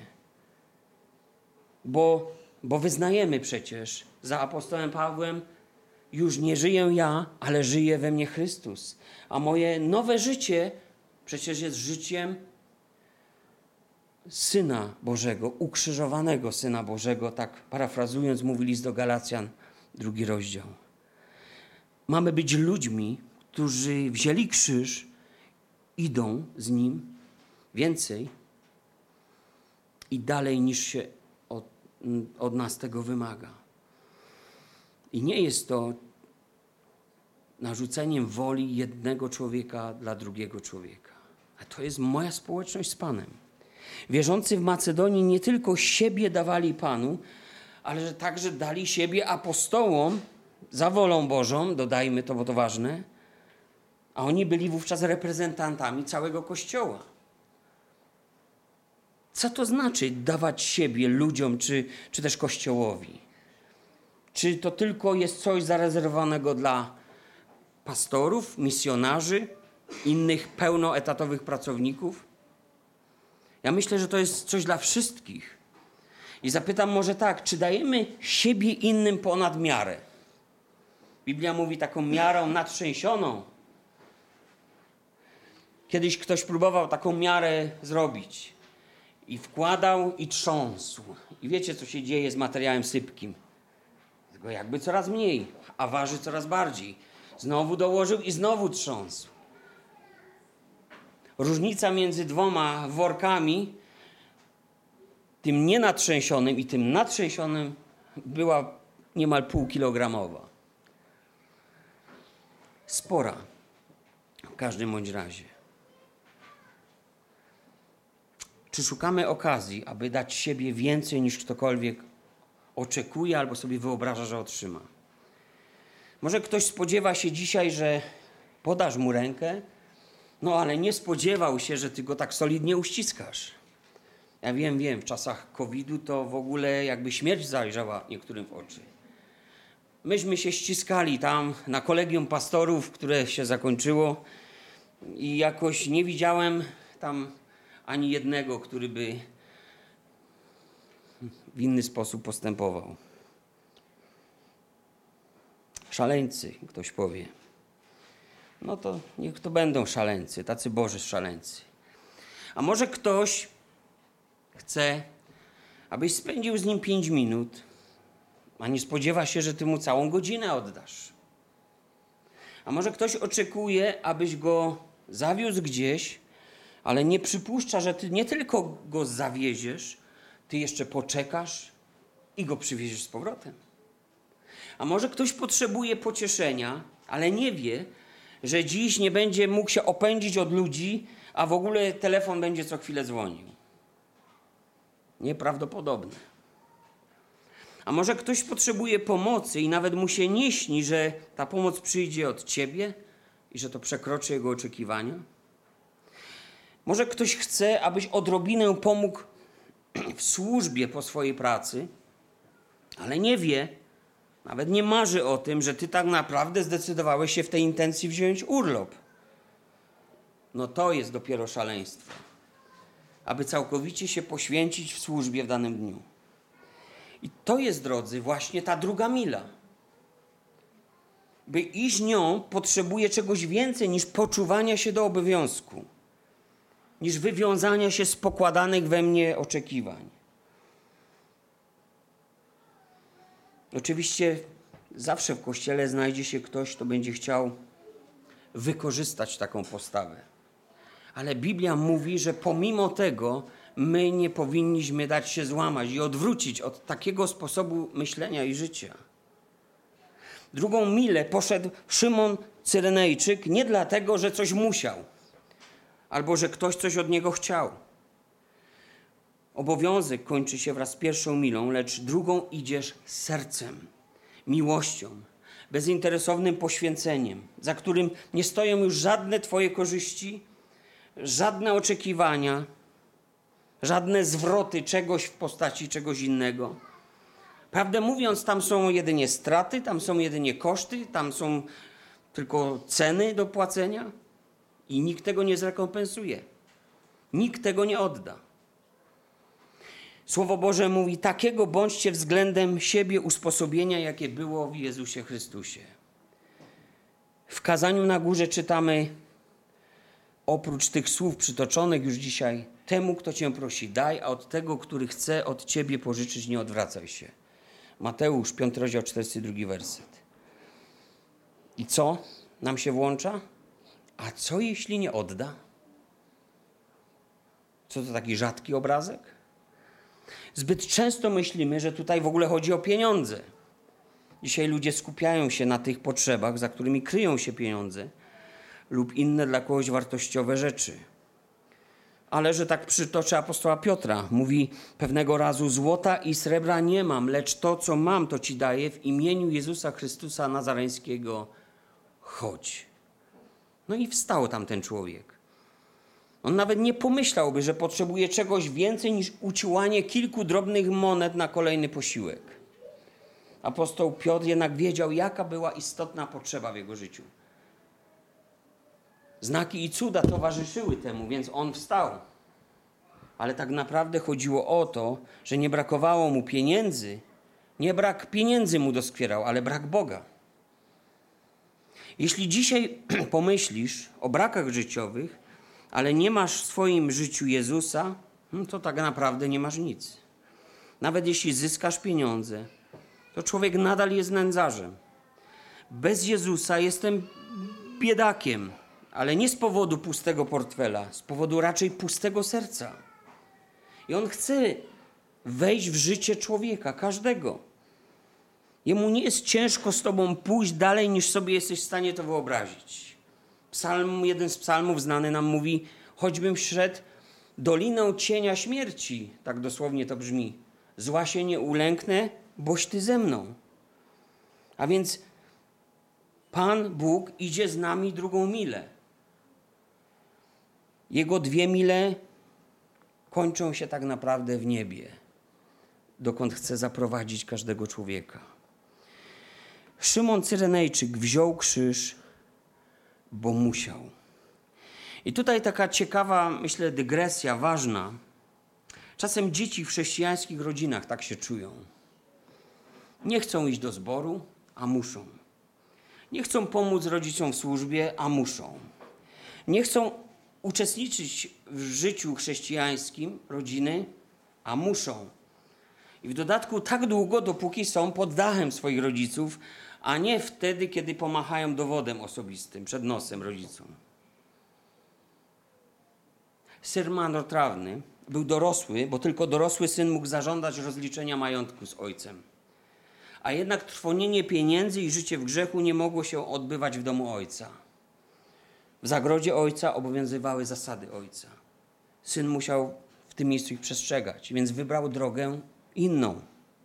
Bo, bo wyznajemy przecież za apostołem Pawłem, już nie żyję ja, ale żyje we mnie Chrystus. A moje nowe życie przecież jest życiem Syna Bożego, ukrzyżowanego Syna Bożego, tak parafrazując mówi list do Galacjan, drugi rozdział. Mamy być ludźmi, którzy wzięli krzyż, idą z Nim więcej i dalej niż się od, od nas tego wymaga. I nie jest to narzuceniem woli jednego człowieka dla drugiego człowieka. A to jest moja społeczność z Panem. Wierzący w Macedonii nie tylko siebie dawali Panu, ale że także dali siebie apostołom za wolą Bożą, dodajmy to, bo to ważne, a oni byli wówczas reprezentantami całego Kościoła. Co to znaczy dawać siebie ludziom, czy, czy też Kościołowi? Czy to tylko jest coś zarezerwowanego dla pastorów, misjonarzy, innych pełnoetatowych pracowników? Ja myślę, że to jest coś dla wszystkich. I zapytam może tak, czy dajemy siebie innym ponad miarę? Biblia mówi taką miarą natrzęsioną. Kiedyś ktoś próbował taką miarę zrobić i wkładał i trząsł. I wiecie, co się dzieje z materiałem sypkim? Tylko jakby coraz mniej, a waży coraz bardziej. Znowu dołożył i znowu trząsł. Różnica między dwoma workami, tym nienatrzęsionym i tym natrzęsionym, była niemal półkilogramowa. Spora, w każdym bądź razie. Czy szukamy okazji, aby dać siebie więcej niż ktokolwiek oczekuje albo sobie wyobraża, że otrzyma? Może ktoś spodziewa się dzisiaj, że podasz mu rękę, no ale nie spodziewał się, że ty go tak solidnie uściskasz. Ja wiem, wiem, w czasach kowida to w ogóle jakby śmierć zajrzała niektórym w oczy. Myśmy się ściskali tam na kolegium pastorów, które się zakończyło i jakoś nie widziałem tam ani jednego, który by w inny sposób postępował. Szaleńcy, ktoś powie. No to niech to będą szaleńcy, tacy Boży szaleńcy. A może ktoś chce, abyś spędził z nim pięć minut, a nie spodziewa się, że ty mu całą godzinę oddasz. A może ktoś oczekuje, abyś go zawiózł gdzieś, ale nie przypuszcza, że ty nie tylko go zawieziesz, ty jeszcze poczekasz i go przywieziesz z powrotem. A może ktoś potrzebuje pocieszenia, ale nie wie, że dziś nie będzie mógł się opędzić od ludzi, a w ogóle telefon będzie co chwilę dzwonił. Nieprawdopodobne. A może ktoś potrzebuje pomocy i nawet mu się nie śni, że ta pomoc przyjdzie od ciebie i że to przekroczy jego oczekiwania? Może ktoś chce, abyś odrobinę pomógł w służbie po swojej pracy, ale nie wie, nawet nie marzy o tym, że ty tak naprawdę zdecydowałeś się w tej intencji wziąć urlop. No to jest dopiero szaleństwo. Aby całkowicie się poświęcić w służbie w danym dniu. I to jest, drodzy, właśnie ta druga mila. By iść nią, potrzebuje czegoś więcej niż poczuwania się do obowiązku, niż wywiązania się z pokładanych we mnie oczekiwań. Oczywiście zawsze w Kościele znajdzie się ktoś, kto będzie chciał wykorzystać taką postawę. Ale Biblia mówi, że pomimo tego my nie powinniśmy dać się złamać i odwrócić od takiego sposobu myślenia i życia. Drugą milę poszedł Szymon Cyrenejczyk nie dlatego, że coś musiał, albo że ktoś coś od niego chciał. Obowiązek kończy się wraz z pierwszą milą, lecz drugą idziesz sercem, miłością, bezinteresownym poświęceniem, za którym nie stoją już żadne twoje korzyści, żadne oczekiwania, żadne zwroty czegoś w postaci czegoś innego. Prawdę mówiąc, tam są jedynie straty, tam są jedynie koszty, tam są tylko ceny do płacenia i nikt tego nie zrekompensuje. Nikt tego nie odda. Słowo Boże mówi, takiego bądźcie względem siebie usposobienia, jakie było w Jezusie Chrystusie. W kazaniu na górze czytamy, oprócz tych słów przytoczonych już dzisiaj, temu, kto cię prosi, daj, a od tego, który chce od ciebie pożyczyć, nie odwracaj się. Mateusz, piąty rozdział, czterdziesty drugi werset. I co nam się włącza? A co jeśli nie odda? Co to taki rzadki obrazek? Zbyt często myślimy, że tutaj w ogóle chodzi o pieniądze. Dzisiaj ludzie skupiają się na tych potrzebach, za którymi kryją się pieniądze lub inne dla kogoś wartościowe rzeczy. Ale że tak przytoczę apostoła Piotra, mówi pewnego razu, złota i srebra nie mam, lecz to, co mam, to ci daję w imieniu Jezusa Chrystusa Nazareńskiego. Chodź. No i wstał tam ten człowiek. On nawet nie pomyślałby, że potrzebuje czegoś więcej niż uciłanie kilku drobnych monet na kolejny posiłek. Apostoł Piotr jednak wiedział, jaka była istotna potrzeba w jego życiu. Znaki i cuda towarzyszyły temu, więc on wstał. Ale tak naprawdę chodziło o to, że nie brakowało mu pieniędzy. Nie brak pieniędzy mu doskwierał, ale brak Boga. Jeśli dzisiaj pomyślisz o brakach życiowych, ale nie masz w swoim życiu Jezusa, no to tak naprawdę nie masz nic. Nawet jeśli zyskasz pieniądze, to człowiek nadal jest nędzarzem. Bez Jezusa jestem biedakiem, ale nie z powodu pustego portfela, z powodu raczej pustego serca. I on chce wejść w życie człowieka, każdego. Jemu nie jest ciężko z tobą pójść dalej, niż sobie jesteś w stanie to wyobrazić. Psalm, jeden z psalmów znany nam mówi, choćbym szedł doliną cienia śmierci, tak dosłownie to brzmi, zła się nie ulęknę, boś ty ze mną. A więc Pan Bóg idzie z nami drugą milę. Jego dwie mile kończą się tak naprawdę w niebie, dokąd chce zaprowadzić każdego człowieka. Szymon Cyrenejczyk wziął krzyż, bo musiał. I tutaj taka ciekawa, myślę, dygresja ważna. Czasem dzieci w chrześcijańskich rodzinach tak się czują. Nie chcą iść do zboru, a muszą. Nie chcą pomóc rodzicom w służbie, a muszą. Nie chcą uczestniczyć w życiu chrześcijańskim rodziny, a muszą. I w dodatku tak długo, dopóki są pod dachem swoich rodziców, a nie wtedy, kiedy pomachają dowodem osobistym przed nosem rodzicom. Sir marnotrawny był dorosły, bo tylko dorosły syn mógł zażądać rozliczenia majątku z ojcem. A jednak trwonienie pieniędzy i życie w grzechu nie mogło się odbywać w domu ojca. W zagrodzie ojca obowiązywały zasady ojca. Syn musiał w tym miejscu ich przestrzegać, więc wybrał drogę inną.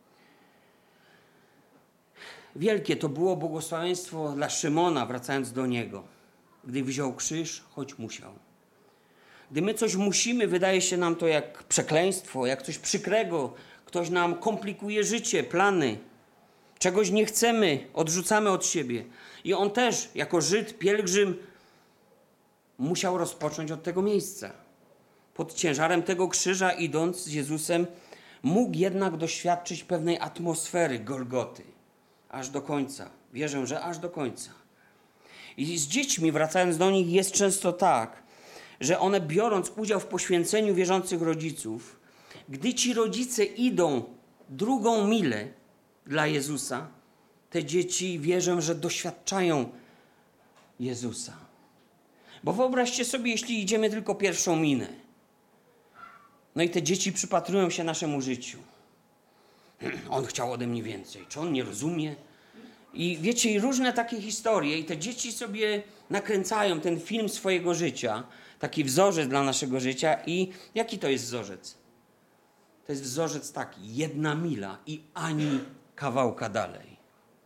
Wielkie to było błogosławieństwo dla Szymona, wracając do niego, gdy wziął krzyż, choć musiał. Gdy my coś musimy, wydaje się nam to jak przekleństwo, jak coś przykrego. Ktoś nam komplikuje życie, plany. Czegoś nie chcemy, odrzucamy od siebie. I on też, jako Żyd, pielgrzym, musiał rozpocząć od tego miejsca. Pod ciężarem tego krzyża, idąc z Jezusem, mógł jednak doświadczyć pewnej atmosfery Golgoty. Aż do końca. Wierzę, że aż do końca. I z dziećmi, wracając do nich, jest często tak, że one, biorąc udział w poświęceniu wierzących rodziców, gdy ci rodzice idą drugą milę dla Jezusa, te dzieci, wierzę, że doświadczają Jezusa. Bo wyobraźcie sobie, jeśli idziemy tylko pierwszą minę, no i te dzieci przypatrują się naszemu życiu. On chciał ode mnie więcej. Czy on nie rozumie? I wiecie, i różne takie historie. I te dzieci sobie nakręcają ten film swojego życia. Taki wzorzec dla naszego życia. I jaki to jest wzorzec? To jest wzorzec taki. Jedna mila i ani kawałka dalej.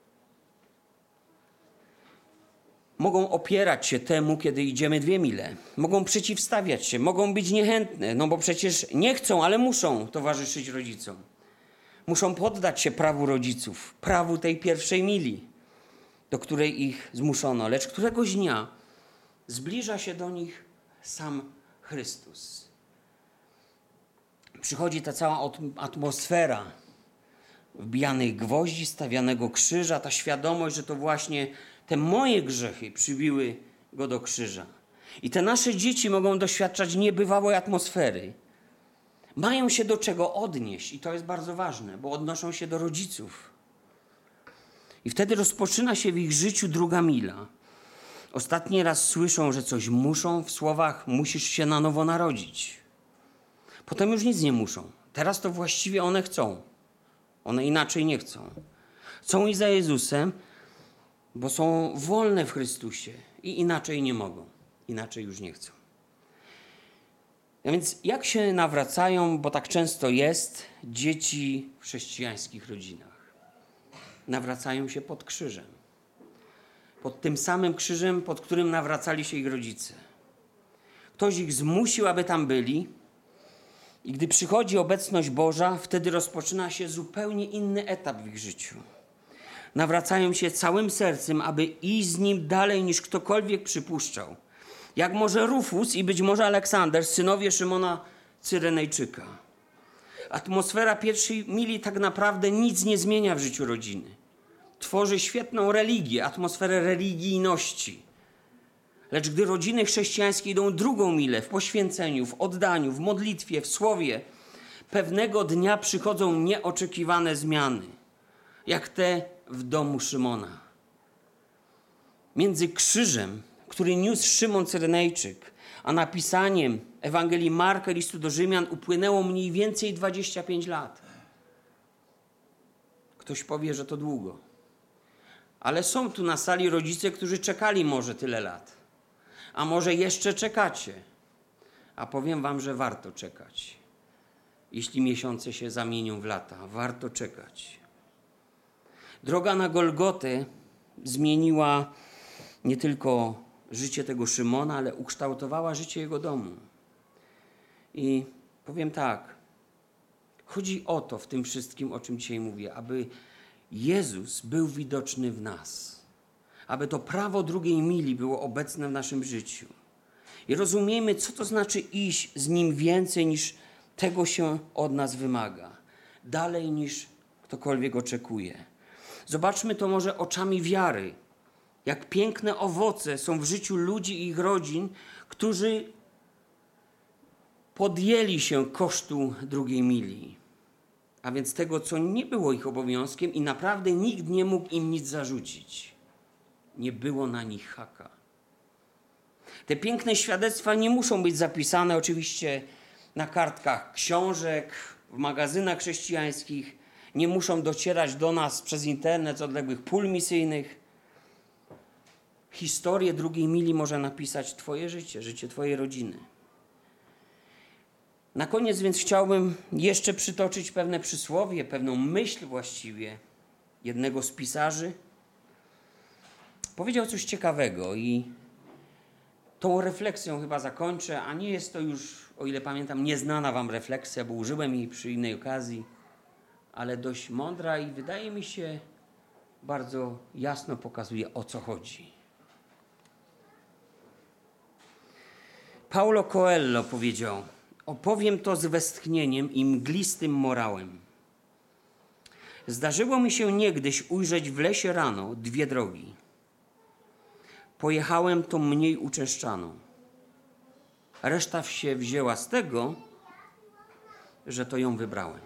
Mogą opierać się temu, kiedy idziemy dwie mile. Mogą przeciwstawiać się. Mogą być niechętne. No bo przecież nie chcą, ale muszą towarzyszyć rodzicom. Muszą poddać się prawu rodziców, prawu tej pierwszej mili, do której ich zmuszono. Lecz któregoś dnia zbliża się do nich sam Chrystus. Przychodzi ta cała atmosfera wbijanych gwoździ, stawianego krzyża, ta świadomość, że to właśnie te moje grzechy przybiły go do krzyża. I te nasze dzieci mogą doświadczać niebywałej atmosfery. Mają się do czego odnieść i to jest bardzo ważne, bo odnoszą się do rodziców. I wtedy rozpoczyna się w ich życiu druga mila. Ostatni raz słyszą, że coś muszą w słowach musisz się na nowo narodzić. Potem już nic nie muszą. Teraz to właściwie one chcą. One inaczej nie chcą. Chcą iść za Jezusem, bo są wolne w Chrystusie i inaczej nie mogą. Inaczej już nie chcą. A więc jak się nawracają, bo tak często jest, dzieci w chrześcijańskich rodzinach? Nawracają się pod krzyżem. Pod tym samym krzyżem, pod którym nawracali się ich rodzice. Ktoś ich zmusił, aby tam byli. I gdy przychodzi obecność Boża, wtedy rozpoczyna się zupełnie inny etap w ich życiu. Nawracają się całym sercem, aby iść z Nim dalej niż ktokolwiek przypuszczał. Jak może Rufus i być może Aleksander, synowie Szymona Cyrenejczyka. Atmosfera pierwszej mili tak naprawdę nic nie zmienia w życiu rodziny. Tworzy świetną religię, atmosferę religijności. Lecz gdy rodziny chrześcijańskie idą drugą milę w poświęceniu, w oddaniu, w modlitwie, w słowie, pewnego dnia przychodzą nieoczekiwane zmiany, jak te w domu Szymona. Między krzyżem, który niósł Szymon Cyrenejczyk, a napisaniem Ewangelii Marka, listu do Rzymian upłynęło mniej więcej dwadzieścia pięć lat. Ktoś powie, że to długo. Ale są tu na sali rodzice, którzy czekali może tyle lat. A może jeszcze czekacie. A powiem wam, że warto czekać. Jeśli miesiące się zamienią w lata, warto czekać. Droga na Golgotę zmieniła nie tylko życie tego Szymona, ale ukształtowała życie jego domu. I powiem tak, chodzi o to w tym wszystkim, o czym dzisiaj mówię, aby Jezus był widoczny w nas. Aby to prawo drugiej mili było obecne w naszym życiu. I rozumiemy, co to znaczy iść z Nim więcej niż tego się od nas wymaga. Dalej niż ktokolwiek oczekuje. Zobaczmy to może oczami wiary. Jak piękne owoce są w życiu ludzi i ich rodzin, którzy podjęli się kosztu drugiej mili. A więc tego, co nie było ich obowiązkiem i naprawdę nikt nie mógł im nic zarzucić. Nie było na nich haka. Te piękne świadectwa nie muszą być zapisane oczywiście na kartkach książek, w magazynach chrześcijańskich. Nie muszą docierać do nas przez internet z odległych pól misyjnych. Historię drugiej mili może napisać twoje życie, życie twojej rodziny. Na koniec więc chciałbym jeszcze przytoczyć pewne przysłowie, pewną myśl właściwie jednego z pisarzy. Powiedział coś ciekawego i tą refleksją chyba zakończę, a nie jest to już, o ile pamiętam, nieznana wam refleksja, bo użyłem jej przy innej okazji, ale dość mądra i wydaje mi się bardzo jasno pokazuje, o co chodzi. Paulo Coelho powiedział: opowiem to z westchnieniem i mglistym morałem. Zdarzyło mi się niegdyś ujrzeć w lesie rano dwie drogi. Pojechałem tą mniej uczęszczaną. Reszta się wzięła z tego, że to ją wybrałem.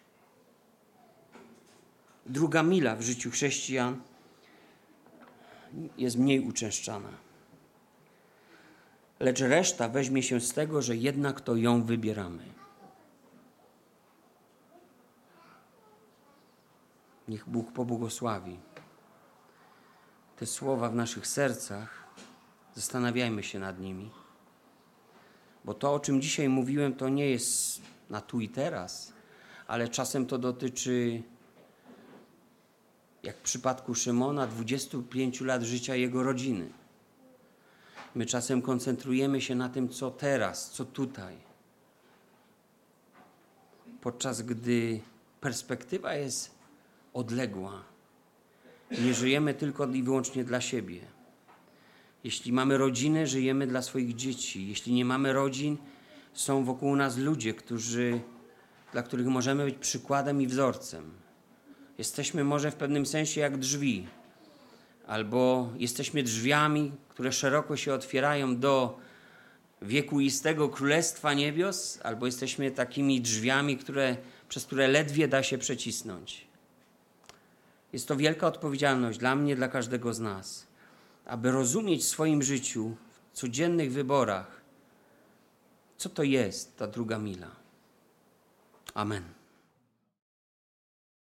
Druga mila w życiu chrześcijan jest mniej uczęszczana. Lecz reszta weźmie się z tego, że jednak to ją wybieramy. Niech Bóg pobłogosławi te słowa w naszych sercach. Zastanawiajmy się nad nimi. Bo to, o czym dzisiaj mówiłem, to nie jest na tu i teraz, ale czasem to dotyczy, jak w przypadku Szymona, dwudziestu pięciu lat życia jego rodziny. My czasem koncentrujemy się na tym, co teraz, co tutaj. Podczas gdy perspektywa jest odległa. Nie żyjemy tylko i wyłącznie dla siebie. Jeśli mamy rodziny, żyjemy dla swoich dzieci. Jeśli nie mamy rodzin, są wokół nas ludzie, którzy, dla których możemy być przykładem i wzorcem. Jesteśmy może w pewnym sensie jak drzwi, albo jesteśmy drzwiami, które szeroko się otwierają do wiekuistego Królestwa Niebios, albo jesteśmy takimi drzwiami, które, przez które ledwie da się przecisnąć. Jest to wielka odpowiedzialność dla mnie, dla każdego z nas, aby rozumieć w swoim życiu, w codziennych wyborach, co to jest ta druga mila. Amen.